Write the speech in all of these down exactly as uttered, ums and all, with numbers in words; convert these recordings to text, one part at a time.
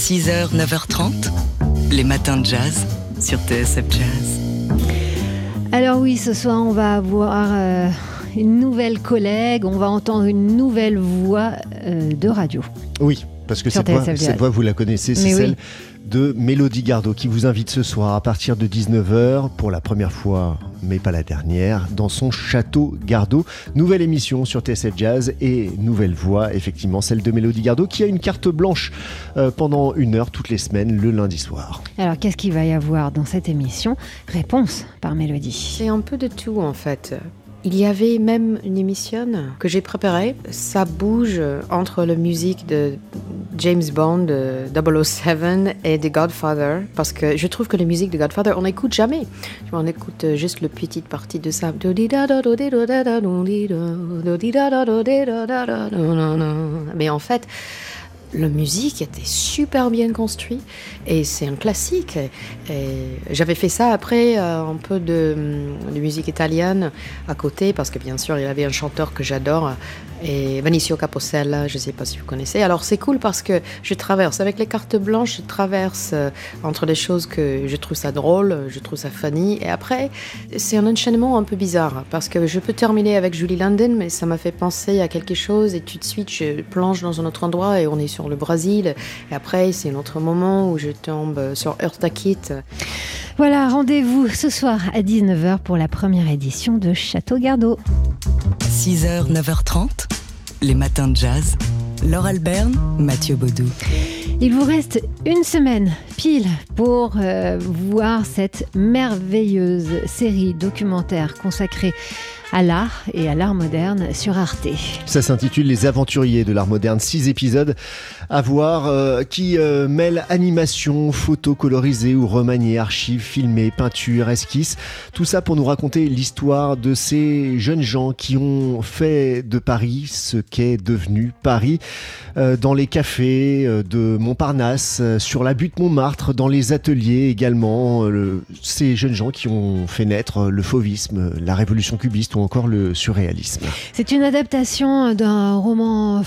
six heures, neuf heures trente, les matins de jazz sur T S F Jazz. Alors oui, ce soir, on va avoir euh, une nouvelle collègue, on va entendre une nouvelle voix euh, de radio. Oui, parce que cette voix, cette voix, vous la connaissez, c'est Mais celle oui. de Mélodie Gardot qui vous invite ce soir à partir de dix-neuf heures, pour la première fois, mais pas la dernière, dans son château Gardot. Nouvelle émission sur T S F Jazz et nouvelle voix, effectivement, celle de Mélodie Gardot qui a une carte blanche euh, pendant une heure toutes les semaines, le lundi soir. Alors, qu'est-ce qu'il va y avoir dans cette émission ? Réponse par Mélodie. C'est un peu de tout, en fait. Il y avait même une émission que j'ai préparée. Ça bouge entre la musique de James Bond, de double oh seven et de Godfather. Parce que je trouve que la musique de Godfather, on n'écoute jamais. On écoute juste la petite partie de ça. Mais en fait, la musique était super bien construite et c'est un classique. Et j'avais fait ça après euh, un peu de, de musique italienne à côté parce que bien sûr il y avait un chanteur que j'adore et Vinicio Capossela, je ne sais pas si vous connaissez. Alors c'est cool parce que je traverse avec les cartes blanches, je traverse euh, entre les choses que je trouve ça drôle, je trouve ça funny et après c'est un enchaînement un peu bizarre parce que je peux terminer avec Julie London mais ça m'a fait penser à quelque chose et tout de suite je plonge dans un autre endroit et on est sur le Brésil et après c'est un autre moment où je tombe sur Eartha Kitt. Voilà, rendez-vous ce soir à dix-neuf heures pour la première édition de Château Gardot. six heures, neuf heures trente, les matins de jazz. Laure Alberne, Mathieu Baudou. Il vous reste une semaine pile pour euh, voir cette merveilleuse série documentaire consacrée à l'art et à l'art moderne sur Arte. Ça s'intitule Les Aventuriers de l'art moderne, six épisodes à voir euh, qui euh, mêlent animation, photos colorisées ou remaniées, archives, filmées, peintures, esquisses. Tout ça pour nous raconter l'histoire de ces jeunes gens qui ont fait de Paris ce qu'est devenu Paris, euh, dans les cafés euh, de Montparnasse, euh, sur la butte Montmartre, dans les ateliers également. Euh, le, ces jeunes gens qui ont fait naître le fauvisme, la révolution cubiste ou encore le surréalisme. C'est une adaptation d'un roman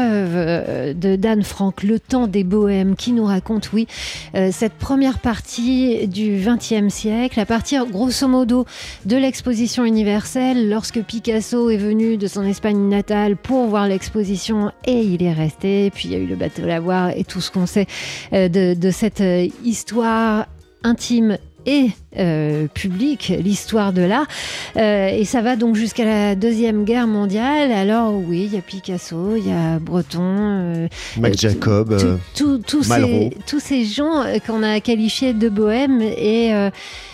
fleuve de Dan Frank, Le temps des bohèmes, qui nous raconte, oui, euh, cette première partie du vingtième siècle, à partir grosso modo de l'exposition universelle, lorsque Picasso est venu de son Espagne natale pour voir l'exposition et il est resté, puis il y a eu le bateau Lavoir et tout ce qu'on sait euh, de, de cette euh, histoire intime et euh, public, l'histoire de l'art. Euh, et ça va donc jusqu'à la Deuxième Guerre mondiale. Alors oui, il y a Picasso, il y a Breton, euh, Max Jacob, euh, tout, tout, tous, ces, tous ces gens qu'on a qualifiés de bohèmes et, euh,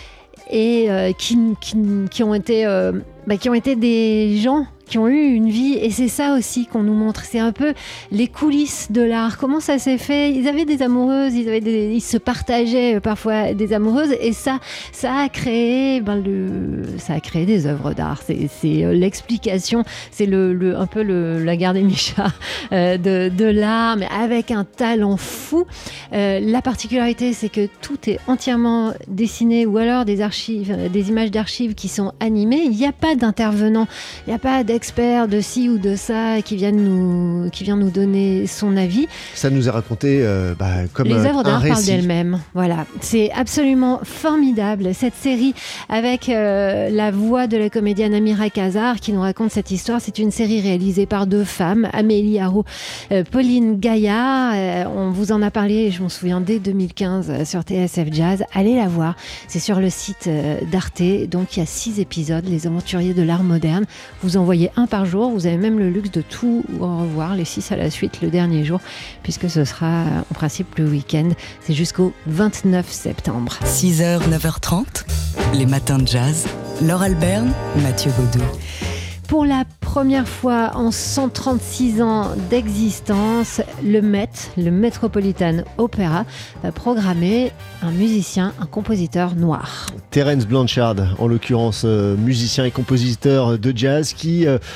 et euh, qui, qui, qui, ont été, euh, bah, qui ont été des gens qui ont eu une vie, et c'est ça aussi qu'on nous montre, c'est un peu les coulisses de l'art, comment ça s'est fait. Ils avaient des amoureuses, ils, avaient des, ils se partageaient parfois des amoureuses, et ça, ça a créé, ben le, ça a créé des œuvres d'art. C'est, c'est l'explication, c'est le, le, un peu le, la Gare des Michards euh, de, de l'art, mais avec un talent fou. Euh, la particularité, c'est que tout est entièrement dessiné, ou alors des archives, des images d'archives qui sont animées. Il n'y a pas d'intervenant, il n'y a pas d'expert de ci ou de ça qui vient nous, qui vient nous donner son avis. Ça nous est raconté euh, bah, comme Les un, œuvres d'art un parlent d'elles-mêmes. Voilà, c'est absolument formidable cette série avec euh, la voix de la comédienne Amira Kazar qui nous raconte cette histoire. C'est une série réalisée par deux femmes, Amélie Haro, euh, Pauline Gaillard. Euh, on vous en a parlé, je m'en souviens, dès deux mille quinze euh, sur T S F Jazz. Allez la voir. C'est sur le site euh, d'Arte. Donc il y a six épisodes, Les Aventuriers de l'art moderne. Vous envoyez un par jour, vous avez même le luxe de tout revoir, les six à la suite le dernier jour, puisque ce sera en principe le week-end. C'est jusqu'au vingt-neuf septembre. six heures, neuf heures trente, les matins de jazz. Laure Alberne, Mathieu Baudou. Pour la première fois en cent trente-six ans d'existence, le Met, le Metropolitan Opera, va programmer un musicien, un compositeur noir. Terence Blanchard, en l'occurrence, euh, musicien et compositeur de jazz qui... Euh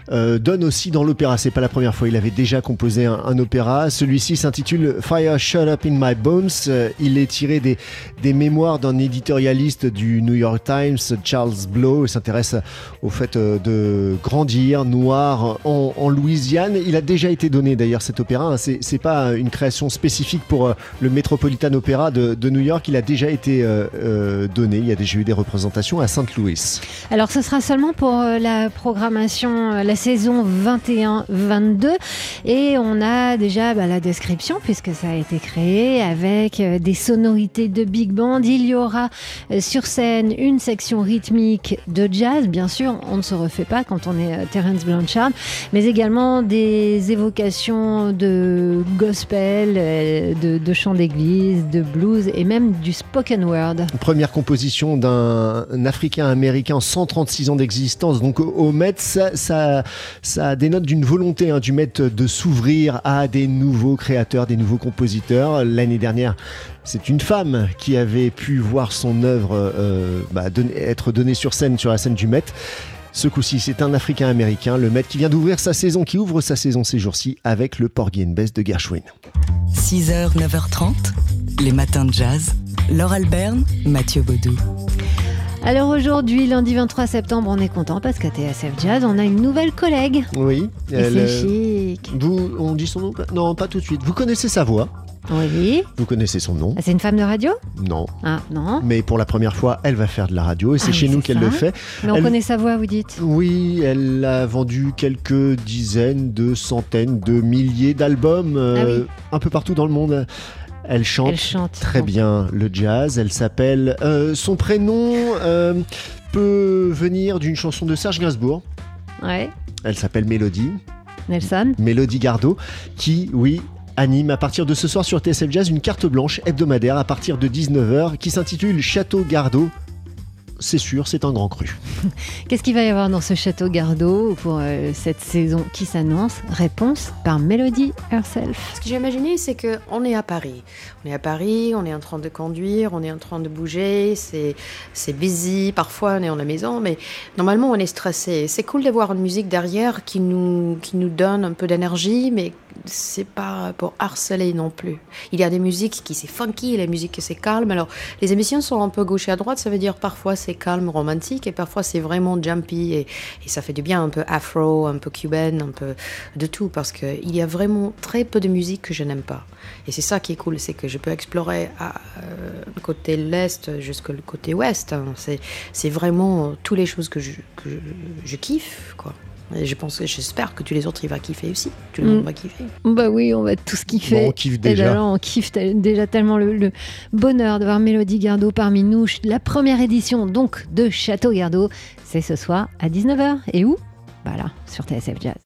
euh, donne aussi dans l'opéra. C'est pas la première fois, il avait déjà composé un, un opéra. Celui-ci s'intitule Fire Shut Up in My Bones. Euh, il est tiré des, des mémoires d'un éditorialiste du New York Times, Charles Blow. Il s'intéresse au fait euh, de grandir noir en, en Louisiane. Il a déjà été donné d'ailleurs cet opéra. Hein. C'est, c'est pas une création spécifique pour euh, le Metropolitan Opera de, de New York. Il a déjà été euh, euh, donné. Il y a déjà eu des représentations à Saint Louis. Alors ce sera seulement pour euh, la programmation, euh, la saison vingt et un vingt-deux. Et on a déjà bah, la description puisque ça a été créé avec euh, des sonorités de big band. Il y aura euh, sur scène une section rythmique de jazz. Bien sûr, on ne se refait pas quand on est euh, Terence Blanchard, mais également des évocations de gospel, euh, de, de chants d'église, de blues et même du spoken word. Première composition d'un Africain-Américain, cent trente-six ans d'existence. Donc au Met, ça, ça, ça dénote d'une volonté hein, du Met de s'ouvrir à des nouveaux créateurs, des nouveaux compositeurs. L'année dernière, c'est une femme qui avait pu voir son œuvre euh, bah, donner, être donnée sur scène, sur la scène du Met. Ce coup-ci, c'est un Africain-Américain, le Met, qui vient d'ouvrir sa saison, qui ouvre sa saison ces jours-ci avec le Porgy and Bess de Gershwin. six heures, neuf heures trente, les matins de jazz. Laure Alberne, Mathieu Baudou. Alors aujourd'hui, lundi vingt-trois septembre, on est content parce qu'à T S F Jazz, on a une nouvelle collègue. Oui. Et elle, c'est chic. Vous, on dit son nom ? Non, pas tout de suite. Vous connaissez sa voix ? Oui. Vous connaissez son nom ? Ah, c'est une femme de radio ? Non. Ah, non. Mais pour la première fois, elle va faire de la radio et c'est Ah, chez oui, nous c'est qu'elle ça. le fait. Mais on Elle- connaît sa voix, vous dites ? Oui, elle a vendu quelques dizaines de centaines de milliers d'albums euh, Ah oui. un peu partout dans le monde. Elle chante, Elle chante. très bien le jazz. Elle s'appelle... euh, son prénom euh, peut venir d'une chanson de Serge Gainsbourg. Ouais. Elle s'appelle Mélodie. Nelson. Mélodie Gardot, qui, oui, anime à partir de ce soir sur T S F Jazz une carte blanche hebdomadaire à partir de dix-neuf heures qui s'intitule Château Gardot. C'est sûr, c'est un grand cru. Qu'est-ce qu'il va y avoir dans ce château Gardot pour euh, cette saison qui s'annonce ? Réponse par Melody herself. Ce que j'ai imaginé, c'est qu'on est à Paris. On est à Paris, on est en train de conduire, on est en train de bouger, c'est, c'est busy, parfois on est en la maison, mais normalement on est stressé. C'est cool d'avoir une musique derrière qui nous, qui nous donne un peu d'énergie, mais c'est pas pour harceler non plus. Il y a des musiques qui c'est funky, et les musiques qui c'est calme. Alors les émissions sont un peu gauche et à droite, ça veut dire parfois c'est calme, romantique, et parfois c'est vraiment jumpy, et, et ça fait du bien, un peu afro, un peu cubaine, un peu de tout, parce qu'il y a vraiment très peu de musique que je n'aime pas. Et c'est ça qui est cool, c'est que je peux explorer à, euh, le côté l'est jusqu'au côté ouest. Hein. C'est, c'est vraiment toutes les choses que je, que je, je kiffe, quoi. Et je pense, j'espère que tous les autres, ils vont kiffer aussi. Tout le monde Mm. va kiffer. Bah oui, on va tous kiffer. Bon, on kiffe Et déjà. d'ailleurs, on kiffe t- déjà tellement le, le bonheur de voir Mélodie Gardot parmi nous. La première édition donc de Château Gardot, c'est ce soir à dix-neuf heures. Et où ? Bah là, sur T S F Jazz.